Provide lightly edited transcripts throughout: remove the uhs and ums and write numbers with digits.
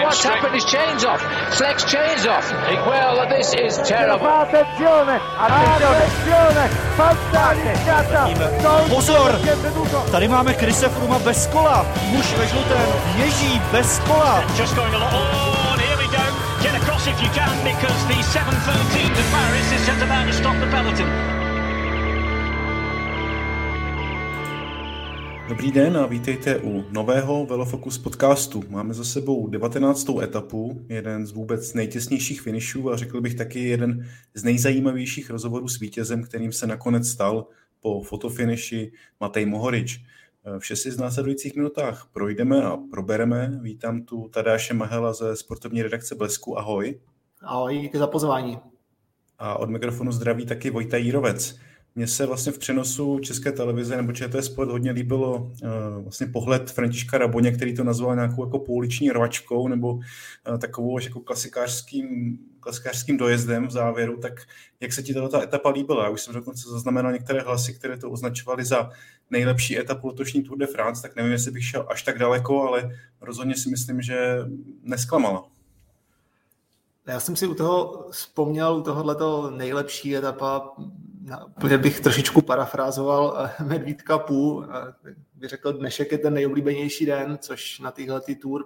what's happened? His chain's off. Fleck's chain's off. Well, this is terrible. Attenzione, Pozor, tady máme Chrise Frooma bez kola. Muž ve žlutém ježí bez kola. Just going along. Oh, and here we go. Get across if you can, because the 7:13 to Paris is just about to stop the peloton. Dobrý den a vítejte u nového Velofocus podcastu. Máme za sebou 19. etapu, jeden z vůbec nejtěsnějších finišů a řekl bych taky jeden z nejzajímavějších rozhovorů s vítězem, kterým se nakonec stal po fotofiniši Matej Mohorič. Vše si v následujících minutách projdeme a probereme. Vítám tu Tadáše Mahela ze sportovní redakce Blesku. Ahoj. Ahoj, díky za pozvání. A od mikrofonu zdraví taky Vojta Jírovec. Mně se vlastně v přenosu České televize nebo ČT Sport hodně líbilo vlastně pohled Františka Raboně, který to nazval nějakou jako pouliční rvačkou nebo takovou až jako klasikářským dojezdem v závěru. Tak jak se ti tato etapa líbila? Já už jsem dokonce zaznamenal některé hlasy, které to označovaly za nejlepší etapu letošní Tour de France, tak nevím, jestli bych šel až tak daleko, ale rozhodně si myslím, že nesklamala. Já jsem si u toho vzpomněl, u tohohleto nejlepší etapa, protože bych trošičku parafrázoval Medvídka Pů, bych řekl, dnešek je ten nejoblíbenější den, což na tyhle tour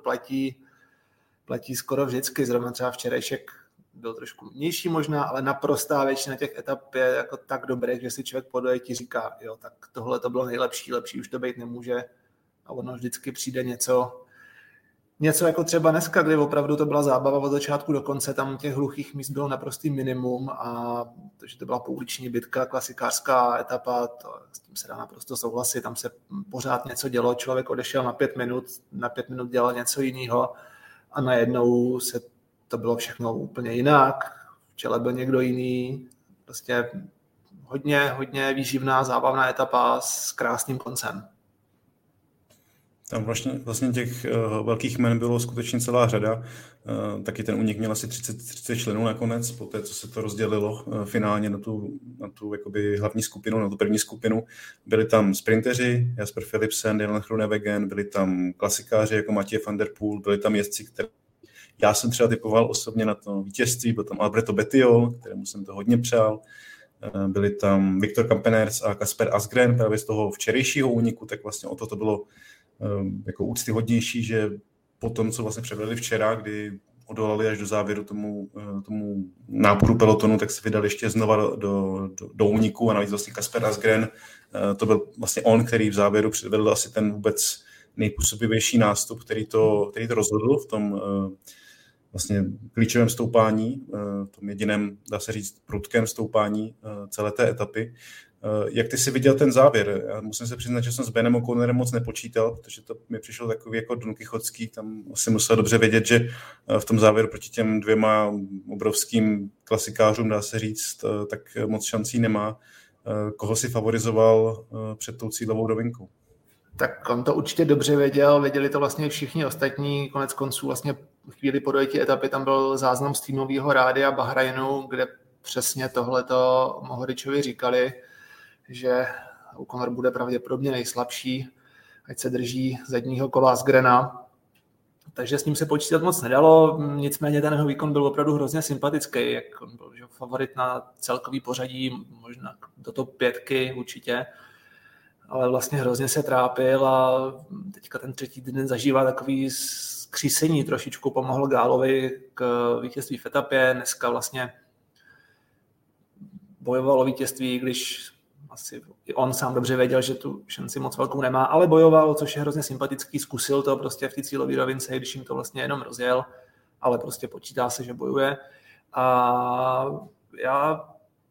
platí skoro vždycky. Zrovna třeba včerejšek byl trošku mější možná, ale naprostá většina těch etap je jako tak dobré, že si člověk po dojetí říká, jo, tak tohle to bylo nejlepší, lepší už to být nemůže. A ono vždycky přijde něco jako třeba dneska, kdy opravdu to byla zábava od začátku do konce, tam těch hluchých míst bylo naprostý minimum a to, že to byla pouliční bitka, klasikářská etapa, s tím se dá naprosto souhlasit, tam se pořád něco dělo, člověk odešel na 5 minut dělal něco jiného a najednou se to bylo všechno úplně jinak, v čele byl někdo jiný, prostě hodně výživná, zábavná etapa s krásným koncem. Tam vlastně těch velkých jmen bylo skutečně celá řada. Taky ten únik měl asi 30 členů nakonec, po té, co se to rozdělilo finálně na tu jakoby hlavní skupinu, na tu první skupinu. Byli tam sprinteři, Jasper Philipsen, Dylan Groenewegen, byli tam klasikáři jako Mathieu van der Poel, byli tam jezdci, které já jsem třeba typoval osobně na to vítězství, byl tam Alberto Bettiol, kterému jsem to hodně přál. Byli tam Viktor Kampenaerts a Kasper Asgreen právě z toho včerejšího úniku, tak vlastně o to bylo jako úctyhodnější, že po tom, co vlastně předvedli včera, kdy odolali až do závěru tomu náporu pelotonu, tak se vydali ještě znova do úniku a navíc vlastně Kasper Asgreen, to byl vlastně on, který v závěru předvedl asi ten vůbec nejpůsobivější nástup, který to rozhodl v tom vlastně klíčovém stoupání, tom jediném, dá se říct, prudkém stoupání celé té etapy. Jak ty jsi viděl ten závěr? Já musím se přiznat, že jsem s Benem O'Connorem moc nepočítal, protože to mi přišlo takový jako Don Kichotský, tam asi musel dobře vědět, že v tom závěru proti těm dvěma obrovským klasikářům, dá se říct, tak moc šancí nemá. Koho si favorizoval před tou cílovou rovinkou? Tak on to určitě dobře věděli to vlastně všichni ostatní, konec konců vlastně chvíli po dojetí etapy tam byl záznam z týmového rádia Bahrajnu, kde přesně tohleto Mohoričovi říkali, že O'Connor bude pravděpodobně nejslabší, ať se drží zadního kola Asgrena. Takže s ním se počítat moc nedalo, nicméně ten jeho výkon byl opravdu hrozně sympatický, jak on byl favorit na celkový pořadí, možná do top 5 určitě, ale vlastně hrozně se trápil a teďka ten třetí den zažívá takový skřísení, trošičku pomohl Gálovi k vítězství v etapě, dneska vlastně bojoval o vítězství, když asi on sám dobře věděl, že tu šanci moc velkou nemá, ale bojoval, což je hrozně sympatický, zkusil to prostě v té cílové rovince, když jim to vlastně jenom rozjel, ale prostě počítá se, že bojuje. A já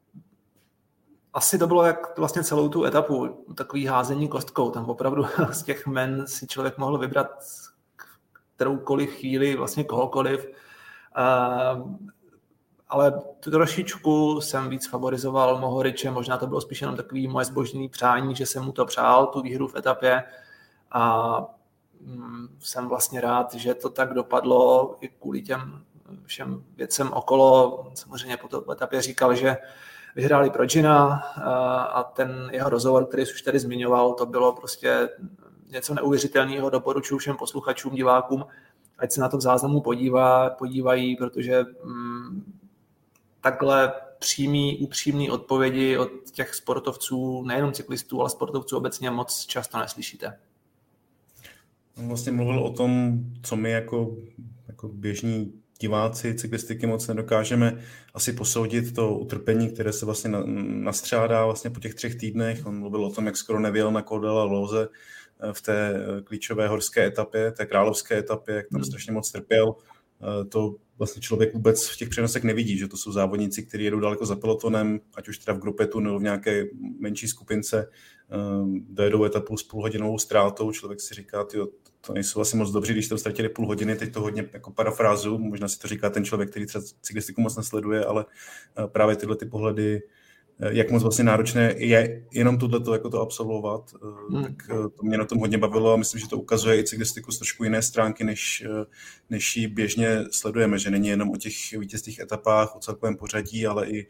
asi to bylo jak vlastně celou tu etapu, takový házení kostkou, tam opravdu z těch men si člověk mohl vybrat kteroukoliv chvíli, vlastně kohokoliv, ale trošičku jsem víc favorizoval Mohoriče, možná to bylo spíš jenom takový moje zbožný přání, že jsem mu to přál, tu výhru v etapě a jsem vlastně rád, že to tak dopadlo i kvůli těm všem věcem okolo. Samozřejmě po té etapě říkal, že vyhráli pro Gina a ten jeho rozhovor, který jsi už tady zmiňoval, to bylo prostě něco neuvěřitelného, doporučuji všem posluchačům, divákům, ať se na to v záznamu podívají, protože takhle upřímný odpovědi od těch sportovců, nejenom cyklistů, ale sportovců obecně moc často neslyšíte. On vlastně mluvil o tom, co my jako běžní diváci cyklistiky moc nedokážeme asi posoudit, to utrpení, které se vlastně nastřádá vlastně po těch 3 týdnech. On mluvil o tom, jak skoro nevěl na Col de la Loze v té klíčové horské etapě, té královské etapě, jak tam strašně moc trpěl. To vlastně člověk vůbec v těch přenosech nevidí, že to jsou závodníci, kteří jedou daleko za pelotonem, ať už teda v grupetu nebo v nějaké menší skupince, dojedou etapu s půlhodinovou ztrátou. Člověk si říká, to nejsou asi moc dobří, když tam ztratili půl hodiny, teď to hodně jako parafrázu, možná si to říká ten člověk, který třeba cyklistiku moc nesleduje, ale právě tyhle ty pohledy, jak moc vlastně náročné je jenom tohleto jako to absolvovat, tak to mě na tom hodně bavilo a myslím, že to ukazuje i cyklistiku z trošku jiné stránky, než ji běžně sledujeme, že není jenom o těch vítězných etapách, o celkovém pořadí, ale i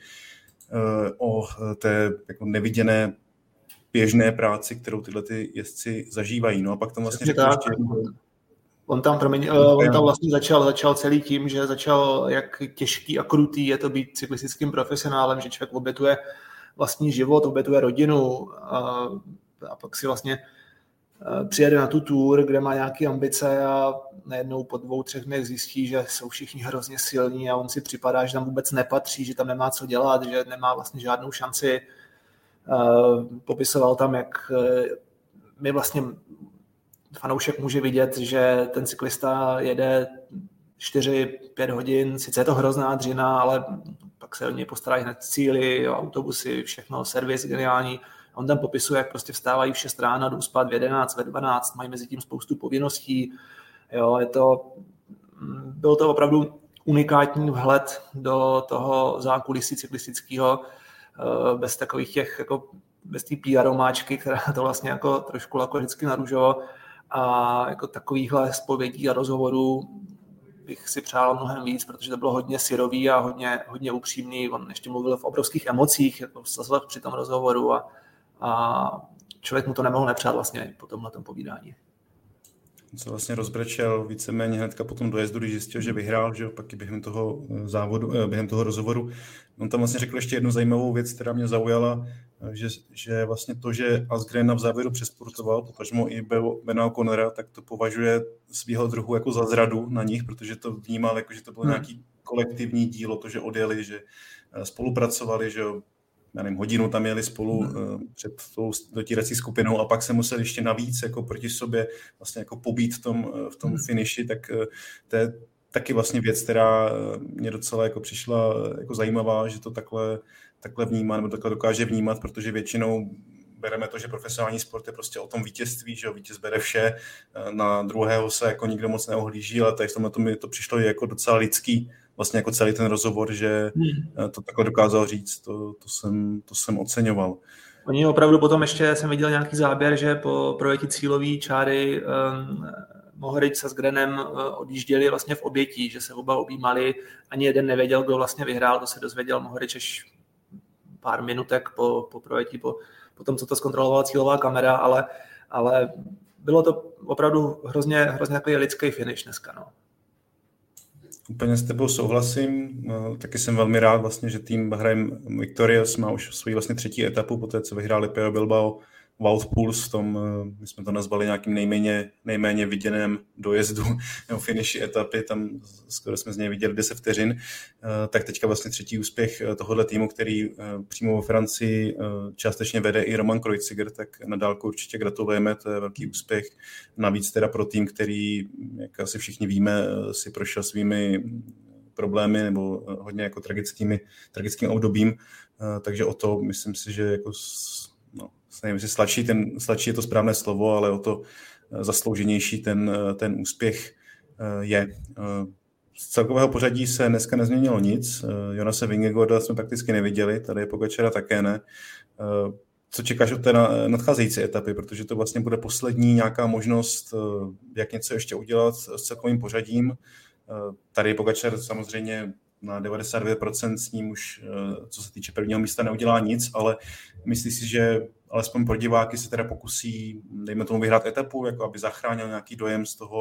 o té jako neviděné běžné práci, kterou tyhle ty jezdci zažívají. No a pak tam vlastně řekl ještě... On tam vlastně začal celý tím, že začal, jak těžký a krutý je to být cyklistickým profesionálem, že člověk obětuje vlastní život, obětuje rodinu a pak si vlastně přijede na tu tour, kde má nějaké ambice a najednou po 2-3 dnech zjistí, že jsou všichni hrozně silní a on si připadá, že tam vůbec nepatří, že tam nemá co dělat, že nemá vlastně žádnou šanci. Popisoval tam, jak my vlastně fanoušek může vidět, že ten cyklista jede 4-5 hodin, sice je to hrozná dřina, ale pak se o něj postarají hned cíly, autobusy, všechno, servis geniální. A on tam popisuje, jak prostě vstávají v 6 rána, jdou spát v 11, ve 12, mají mezi tím spoustu povinností. Jo, byl to opravdu unikátní vhled do toho zákulisí cyklistického, bez takových těch, jako bez té PR omáčky, která to vlastně jako trošku lako vždycky narůžovo. A jako takovýchhle zpovědí a rozhovorů bych si přál mnohem víc, protože to bylo hodně syrový a hodně upřímný. On ještě mluvil v obrovských emocích jako při tom rozhovoru a člověk mu to nemohl nepřát vlastně po tomhletom povídání. Se vlastně rozbrečel víceméně hnedka po tom dojezdu, když zjistil, že vyhrál, že pak i během toho rozhovoru. On tam vlastně řekl ještě jednu zajímavou věc, která mě zaujala, že vlastně to, že Asgrena v závěru přesportoval, potažmo i Bena O'Connora, tak to považuje svýho druhu jako za zradu na nich, protože to vnímal, jako, že to bylo nějaký kolektivní dílo, to, že odjeli, že spolupracovali, že já nevím, hodinu tam jeli spolu před tou dotírací skupinou a pak se museli ještě navíc jako proti sobě vlastně jako pobít v tom finiši, tak to je taky vlastně věc, která mě docela jako přišla jako zajímavá, že to takhle vnímá nebo takhle dokáže vnímat, protože většinou bereme to, že profesionální sport je prostě o tom vítězství, že vítěz bere vše, na druhého se jako nikdo moc neohlíží, ale tady v tomhle mi to přišlo jako docela lidský, vlastně jako celý ten rozhovor, že to takhle dokázal říct, to jsem oceňoval. Oni opravdu potom ještě jsem viděl nějaký záběr, že po projetí cílové čáry Mohorič se Asgrenem odjížděli vlastně v obětí, že se oba objímali, ani jeden nevěděl, kdo vlastně vyhrál, to se dozvěděl Mohorič až pár minutek po projetí, po tom, co to zkontrolovala cílová kamera, ale bylo to opravdu hrozně takový lidský finish dneska. No. Úplně s tebou souhlasím, taky jsem velmi rád vlastně, že tým Bahrain Victorious má už svou vlastně 3. etapu, poté co vyhráli Pello Bilbao Wout Poels v tom, my jsme to nazvali nějakým nejméně viděném dojezdu nebo finiši etapy, tam skoro jsme z něj viděli 10 vteřin, tak teďka vlastně 3. úspěch tohohle týmu, který přímo ve Francii částečně vede i Roman Kreuziger, tak na dálku určitě gratulujeme, to je velký úspěch, navíc teda pro tým, který, jak asi všichni víme, si prošel svými problémy nebo hodně jako tragickým obdobím, takže o to myslím si, že jako nevím, jestli sladší je to správné slovo, ale o to zaslouženější ten úspěch je. Z celkového pořadí se dneska nezměnilo nic. Jonase Vingegaarda jsme prakticky neviděli, tady je Pogačara také ne. Co čekáš od té nadcházející etapy, protože to vlastně bude poslední nějaká možnost, jak něco ještě udělat s celkovým pořadím. Tady Pogačar samozřejmě na 99% s ním už, co se týče prvního místa, neudělá nic, ale myslíš si, že alespoň pro diváky se teda pokusí, dejme tomu, vyhrát etapu, jako aby zachránil nějaký dojem z toho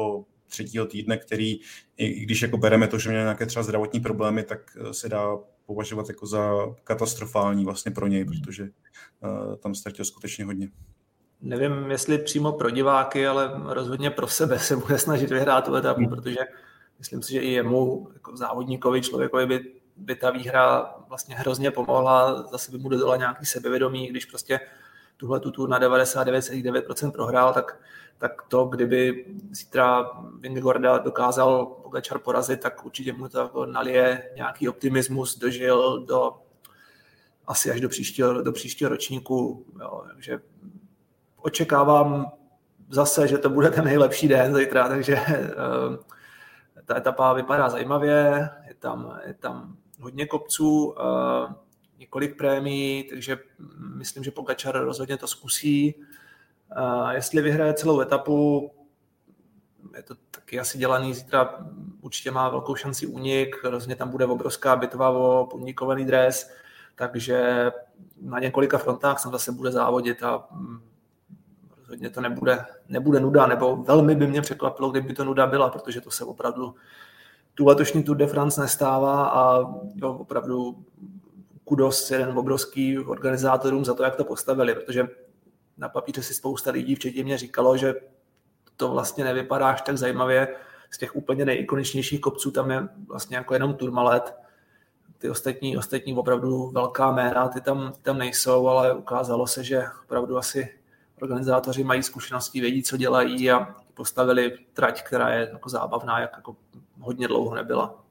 třetího týdne, který, i když jako bereme to, že měl nějaké třeba zdravotní problémy, tak se dá považovat jako za katastrofální vlastně pro něj, protože tam ztratil skutečně hodně. Nevím, jestli přímo pro diváky, ale rozhodně pro sebe se bude snažit vyhrát tu etapu, protože myslím si, že i jemu, jako závodníkovi, člověkovi by ta výhra vlastně hrozně pomohla, zase by mu dodala nějaký sebevědomí, když prostě tuhle tu na 99,9% prohrál, tak to, kdyby zítra Vingegaarda dokázal Pogačar porazit, tak určitě mu to jako nalije nějaký optimismus, dožil asi až do příštího ročníku. Jo, takže očekávám zase, že to bude ten nejlepší den zítra, takže ta etapa vypadá zajímavě, je tam hodně kopců, několik prémií, takže myslím, že Pogačar rozhodně to zkusí. Jestli vyhraje celou etapu, je to taky asi dělaný, zítra určitě má velkou šanci únik, rozhodně tam bude obrovská bitva o podnikovaný dres, takže na několika frontách tam zase bude závodit a rozhodně to nebude nuda, nebo velmi by mě překvapilo, kdyby to nuda byla, protože to se opravdu tu letošní Tour de France nestává a jo, opravdu kudos jeden obrovský organizátorům za to, jak to postavili, protože na papíře si spousta lidí, včetně mě, říkalo, že to vlastně nevypadá až tak zajímavě. Z těch úplně nejikoničnějších kopců tam je vlastně jako jenom Tourmalet. Ty ostatní opravdu velká jména, ty tam nejsou, ale ukázalo se, že opravdu asi organizátoři mají zkušenosti, vědí, co dělají a postavili trať, která je jako zábavná, jak jako hodně dlouho nebyla.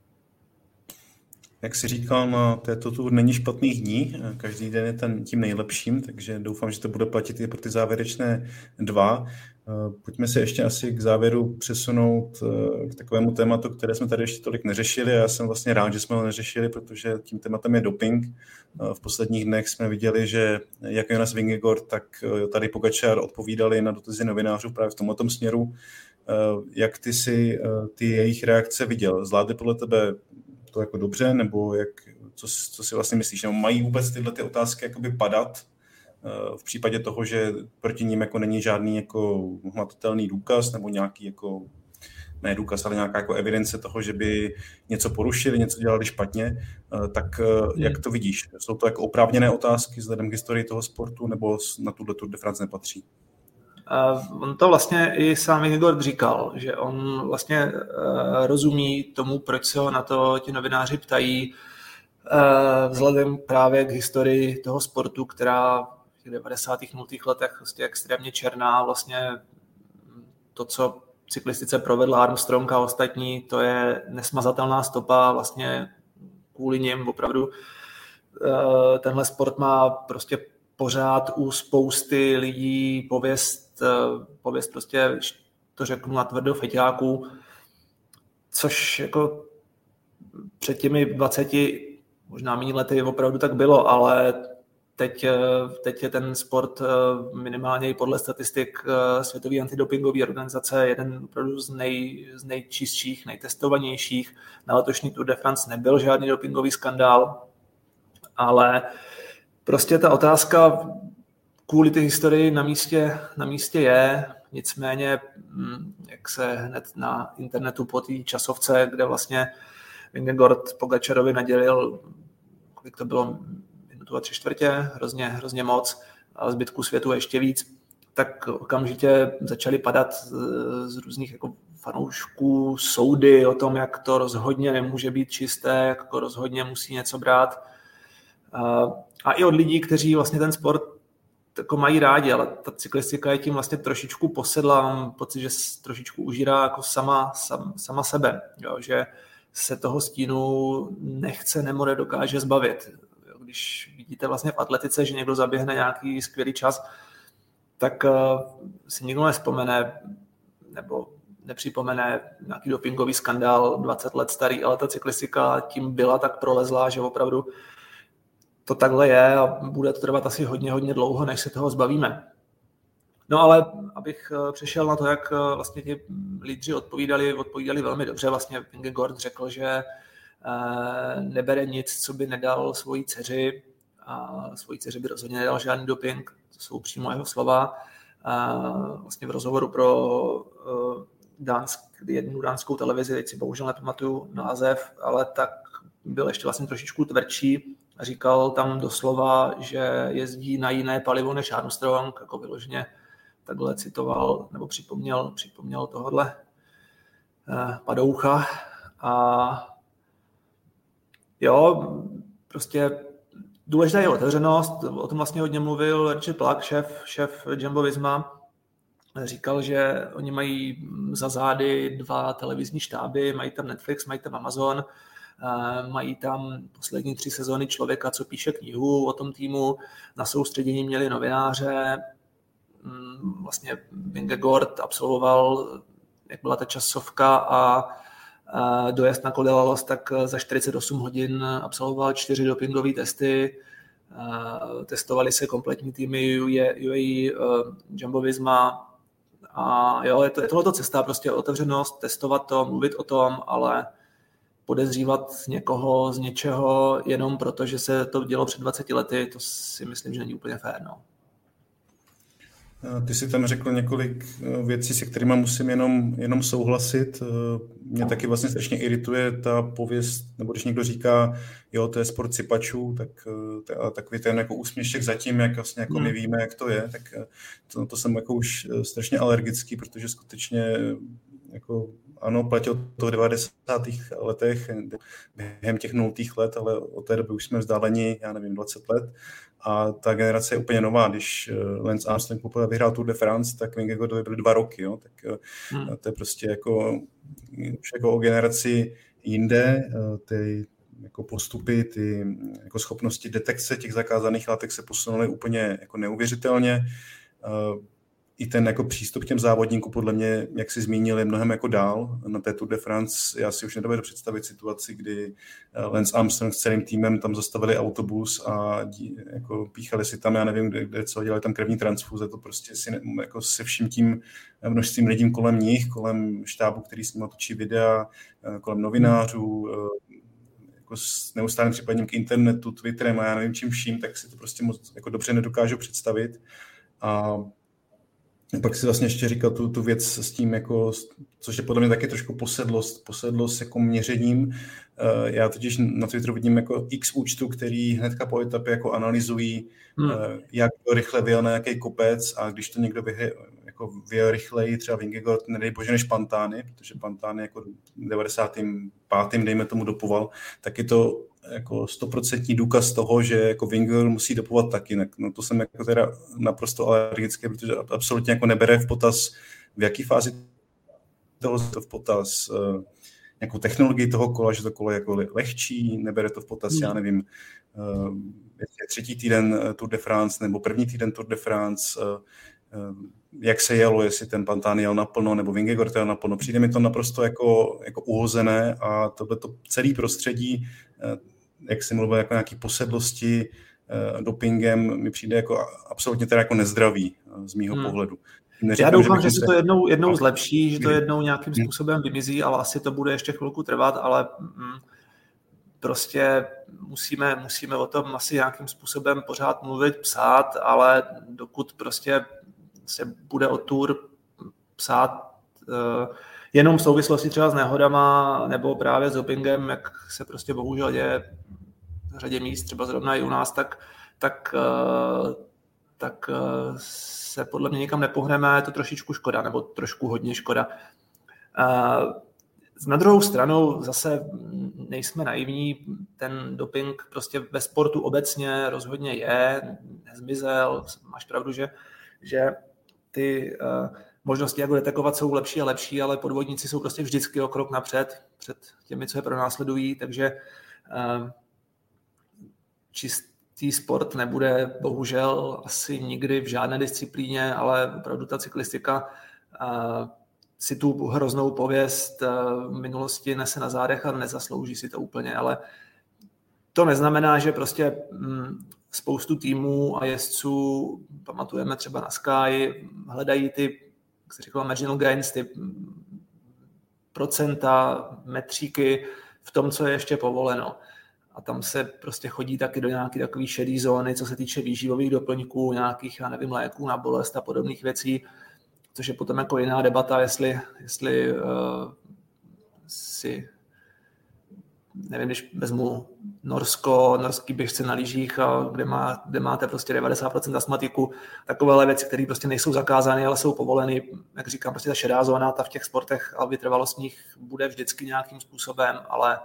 Jak jsi říkal, na této Tour není špatných dní, každý den je tím nejlepším, takže doufám, že to bude platit i pro ty závěrečné dva. Pojďme se ještě asi k závěru přesunout k takovému tématu, které jsme tady ještě tolik neřešili a já jsem vlastně rád, že jsme ho neřešili, protože tím tématem je doping. V posledních dnech jsme viděli, že jak Jonas Vingegaard, tak tady Pogačar odpovídali na dotazy novinářů právě v tomto směru. Jak ty si ty jejich reakce viděl? Zvládli podle tebe to jako dobře, nebo co si vlastně myslíš? Nebo mají vůbec tyhle ty otázky jakoby padat v případě toho, že proti ním jako není žádný jako hmatatelný důkaz nebo nějaký jako, ne důkaz, ale nějaká jako evidence toho, že by něco porušili, něco dělali špatně, tak jak to vidíš? Jsou to jako oprávněné otázky vzhledem k historii toho sportu, nebo na tuhle Tour de France nepatří? On to vlastně i sám Vingegaard říkal, že on vlastně rozumí tomu, proč se ho na to ti novináři ptají, vzhledem právě k historii toho sportu, která v těch 90. 0. letech vlastně extrémně černá, vlastně to, co cyklistice provedla Armstrong a ostatní, to je nesmazatelná stopa, vlastně kvůli něm opravdu tenhle sport má prostě pořád u spousty lidí pověst prostě, to řeknu natvrdo, feťáků, což jako před těmi 20, možná méně lety opravdu tak bylo, ale teď je ten sport minimálně i podle statistik Světové antidopingové organizace jeden opravdu z nejčistších, nejtestovanějších. Na letošní Tour de France nebyl žádný dopingový skandál, ale prostě ta otázka kvůli té historii na místě je, nicméně, jak se hned na internetu po té časovce, kde vlastně Vingegaard Pogačarovi nadělil, kolik to bylo, minutu a 3/4, hrozně moc, a zbytku světu ještě víc, tak okamžitě začaly padat z různých jako fanoušků soudy o tom, jak to rozhodně nemůže být čisté, jak to rozhodně musí něco brát. A i od lidí, kteří vlastně ten sport jako mají rádi, ale ta cyklistika je tím vlastně trošičku posedla, mám pocit, že trošičku užírá jako sama sebe, jo, že se toho stínu nedokáže zbavit. Když vidíte vlastně v atletice, že někdo zaběhne nějaký skvělý čas, tak si nikdo nevzpomene nebo nepřipomene nějaký dopingový skandál 20 let starý, ale ta cyklistika tím byla tak prolezlá, že opravdu to takhle je a bude to trvat asi hodně dlouho, než se toho zbavíme. No ale abych přešel na to, jak vlastně ti lídři odpovídali velmi dobře. Vlastně Vingegaard řekl, že nebere nic, co by nedal svojí dceři a svojí dceři by rozhodně nedal žádný doping, to jsou přímo jeho slova. Vlastně v rozhovoru pro jednu dánskou televizi, teď si bohužel nepamatuju název, ale tak byl ještě vlastně trošičku tvrdší a říkal tam doslova, že jezdí na jiné palivo než Armstrong, jako vyloženě takhle citoval nebo připomněl tohodle padoucha. A jo, prostě důležitá je otevřenost, o tom vlastně hodně mluvil Richard Plak, šéf Jumbo-Visma. Říkal, že oni mají za zády 2 televizní štáby, mají tam Netflix, mají tam Amazon, mají tam poslední 3 sezóny člověka, co píše knihu o tom týmu, na soustředění měli novináře, vlastně Vingegaard absolvoval, jak byla ta časovka a dojezd na Col tak za 48 hodin absolvoval 4 dopingové testy, testovali se kompletní týmy UAE, Jumbo-Visma a jo, je tohleto cesta, prostě otevřenost, testovat to, mluvit o tom, ale podezřívat někoho z něčeho jenom proto, že se to dělo před 20 lety, to si myslím, že není úplně fér. No. Ty jsi tam řekl několik věcí, se kterými musím jenom souhlasit. Mě taky vlastně strašně irituje ta pověst, nebo když někdo říká, jo, to je sport sypačů, tak takový ten jako úsměšek zatím, jak vlastně jako my víme, jak to je, tak to jsem jako už strašně alergický, protože skutečně jako ano, platilo to v 90. letech, během těch 0. let, ale od té doby už jsme vzdáleni, já nevím, 20 let. A ta generace je úplně nová. Když Lance Armstrong poprvé vyhrál Tour de France, tak Vingegaardovi byly 2 roky. Jo? Tak to je prostě jako o generaci jinde. Ty jako postupy, ty jako schopnosti detekce těch zakázaných látek se posunuly úplně jako neuvěřitelně. I ten jako přístup k těm závodníkům, podle mě, jak si zmínil, je mnohem jako dál. Na té Tour de France já si už nedovedu představit situaci, kdy Lance Armstrong s celým týmem tam zastavili autobus a jako píchali si tam, já nevím, kde co, dělali tam krevní transfuze, to prostě si jako se vším tím množstvím lidí kolem nich, kolem štábu, který s nimi točí videa, kolem novinářů, jako s neustálým připadním k internetu, Twitterem a já nevím čím vším, tak si to prostě moc jako dobře nedokážu představit. A pak si vlastně ještě říkal tu věc s tím, jako, což je podle mě taky trošku posedlost jako měřením. Já totiž na Twitteru vidím jako x účtů, který hnedka po etapě jako analyzují, jak rychle vyjel na jaký kopec a když to někdo vyjel rychleji, třeba Vingegaard, nedej bože, než Pantani, protože Pantani jako 95. dejme tomu dopoval, tak je to jako 100% důkaz toho, že jako Vingegaard musí dopovat taky. No to jsem jako teda naprosto alergický, protože absolutně jako nebere v potaz, v jaký fázi toho v potaz nějakou technologii toho kola, že to kolo je jako lehčí, nebere to v potaz, já nevím, jestli je 3. týden Tour de France nebo 1. týden Tour de France, jak se jelo, jestli ten Pantani jel naplno nebo Vingegaard jel naplno. Přijde mi to naprosto jako uhozené a tohleto celé prostředí, jak jsem mluvil, jako nějaký posedlosti dopingem, mi přijde jako absolutně teda jako nezdravý z mýho pohledu. Já doufám, že se to jednou zlepší, že to jednou nějakým způsobem vymizí, ale asi to bude ještě chvilku trvat, ale prostě musíme o tom asi nějakým způsobem pořád mluvit, psát, ale dokud prostě se bude o Tour psát jenom v souvislosti třeba s nehodama nebo právě s dopingem, jak se prostě bohužel děje v řadě míst, třeba zrovna i u nás, tak se podle mě nikam nepohneme, je to trošičku škoda, nebo trošku hodně škoda. Na druhou stranu zase nejsme naivní, ten doping prostě ve sportu obecně rozhodně je, nezmizel, máš pravdu, že ty možnosti, jak ho detekovat, jsou lepší a lepší, ale podvodníci jsou prostě vždycky o krok napřed, před těmi, co je pronásledují, takže čistý sport nebude bohužel asi nikdy v žádné disciplíně, ale opravdu ta cyklistika si tu hroznou pověst v minulosti nese na zádech a nezaslouží si to úplně, ale to neznamená, že prostě spoustu týmů a jezdců, pamatujeme třeba na Sky, hledají ty, jak se říkalo, marginal gains, ty procenta, metříky v tom, co je ještě povoleno. A tam se prostě chodí taky do nějaké takové šedé zóny, co se týče výživových doplňků, nějakých, já nevím, léků na bolest a podobných věcí, což je potom jako jiná debata, jestli si, nevím, když vezmu norský běžce na lyžích, kde máte prostě 90% astmatiku, takovéhle věci, které prostě nejsou zakázány, ale jsou povoleny, jak říkám, prostě ta šedá zóna, ta v těch sportech a vytrvalostních bude vždycky nějakým způsobem,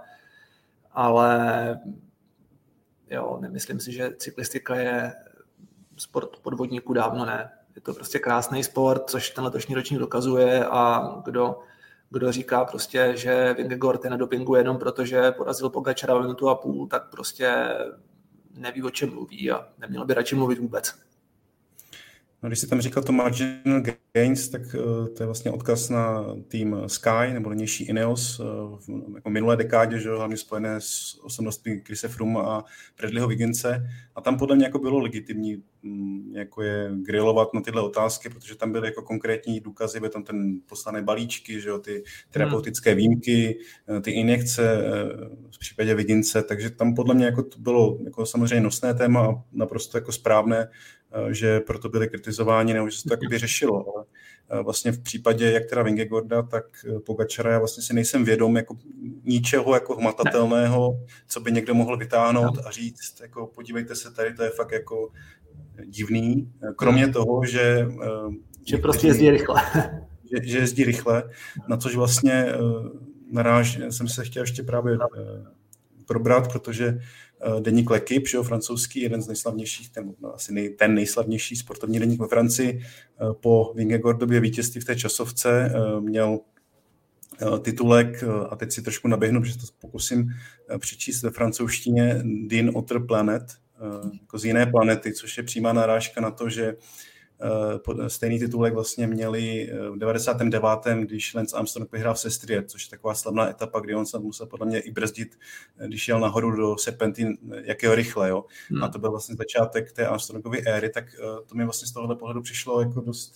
ale jo, nemyslím si, že cyklistika je sport podvodníků, dávno ne. Je to prostě krásný sport, což ten letošní ročník dokazuje a kdo říká prostě, že Vingegaard je na dopingu jenom protože porazil Pogačara o minutu a půl, tak prostě neví, o čem mluví a neměl by radši mluvit vůbec. No, když jsi tam říkal to marginal gains, tak to je vlastně odkaz na tým Sky, nebo nynější Ineos, jako minulé dekádě, že hlavně spojené s osobnostmi Chrise Froome a Bradleyho Wigginse. A tam podle mě jako bylo legitimní jako je grilovat na tyhle otázky, protože tam byly jako konkrétní důkazy, byly tam ten poslané balíčky, že jo, ty terapeutické výjimky, ty injekce v případě Wigginse, takže tam podle mě jako to bylo jako samozřejmě nosné téma a naprosto jako správné, že proto byli kritizováni, nebo že se to jakoby řešilo. Ale vlastně v případě jak teda Vingegaarda, tak Pogačara já vlastně si nejsem vědom jako ničeho jako hmatatelného, co by někdo mohl vytáhnout a říct, jako podívejte se tady, to je fakt jako divný. Kromě toho, že prostě jezdí rychle. že jezdí rychle, na což vlastně jsem se chtěl ještě právě probrat, protože deník L'Équipe, francouzský, jeden z nejslavnějších, ten nejslavnější sportovní deník ve Francii, po Vingegaardově vítězství v té časovce měl titulek, a teď si trošku naběhnu, protože to pokusím přečíst ve francouzštině, D'une autre planète, jako z jiné planety, což je přímá narážka na to, že stejný titulek vlastně měli v 99. když Lance Armstrong vyhrál v Sestrie, což je taková slavná etapa, kdy on se musel podle mě i brzdit, když jel nahoru do Serpentin, jakého rychle, jo. A to byl vlastně začátek té Armstrongovy éry, tak to mi vlastně z tohohle pohledu přišlo jako dost,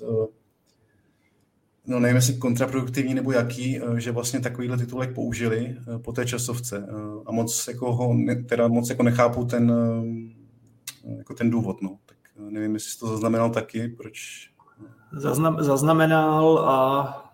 no nevím, jestli kontraproduktivní nebo jaký, že vlastně takovýhle titulek použili po té časovce a moc jako nechápu ten důvod, no. Nevím, jestli jsi to zaznamenal taky, proč? Zaznamenal a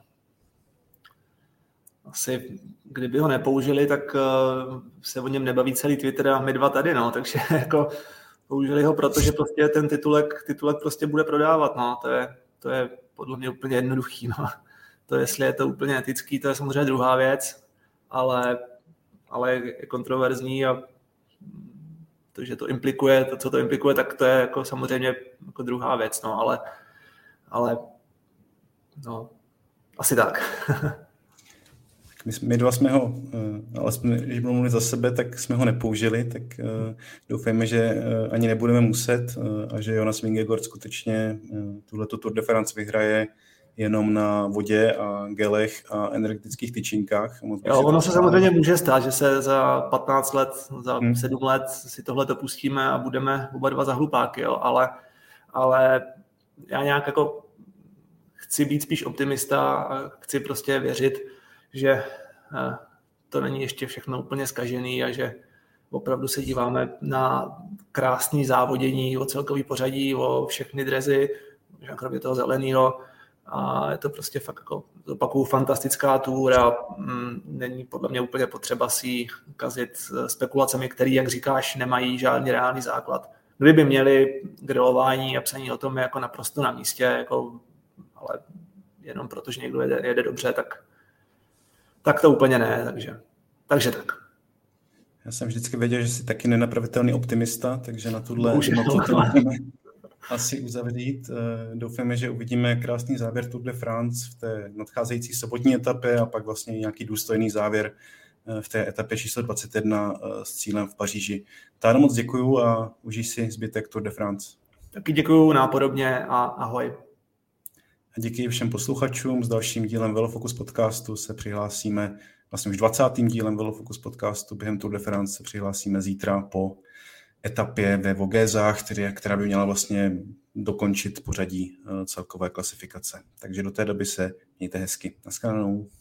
asi kdyby ho nepoužili, tak se o něm nebaví celý Twitter a my dva tady, no, takže jako použili ho, protože prostě ten titulek prostě bude prodávat, no, to je podle mě úplně jednoduchý, no. To jestli je to úplně etický, to je samozřejmě druhá věc, ale je kontroverzní a to, že to implikuje, to, co to implikuje, tak to je jako samozřejmě jako druhá věc, no, ale no, asi tak. My dva jsme ho, alespoň když budeme mluvit za sebe, tak jsme ho nepoužili, tak doufejme, že ani nebudeme muset a že Jonas Vingegaard skutečně tuhleto Tour de France vyhraje jenom na vodě a gelech a energetických tyčinkách. Jo, ono se samozřejmě může stát, že se za 15 let, za 7 let si tohle dopustíme a budeme oba dva za hlupáky, jo, ale já nějak jako chci být spíš optimista a chci prostě věřit, že to není ještě všechno úplně zkažený a že opravdu se díváme na krásný závodění, o celkový pořadí, o všechny drezy, kromě toho zeleného. A je to prostě fakt jako opakuju fantastická tour a není podle mě úplně potřeba si kazit spekulacemi, které, jak říkáš, nemají žádný reálný základ. Kdyby měli grilování a psaní o tom jako naprosto na místě, jako, ale jenom protože někdo jede dobře, tak to úplně ne, takže tak. Já jsem vždycky věděl, že jsi taky nenapravitelný optimista, takže na tuhle asi uzavřít. Doufáme, že uvidíme krásný závěr Tour de France v té nadcházející sobotní etapě a pak vlastně nějaký důstojný závěr v té etapě číslo 21 s cílem v Paříži. Táno, moc děkuju a užij si zbytek Tour de France. Taky děkuju, nápodobně a ahoj. A díky všem posluchačům. S dalším dílem Velofocus podcastu se přihlásíme, vlastně už 20. dílem Velofocus podcastu během Tour de France se přihlásíme zítra po etapě ve Vogézách, která by měla vlastně dokončit pořadí celkové klasifikace. Takže do té doby se mějte hezky. Naschledanou.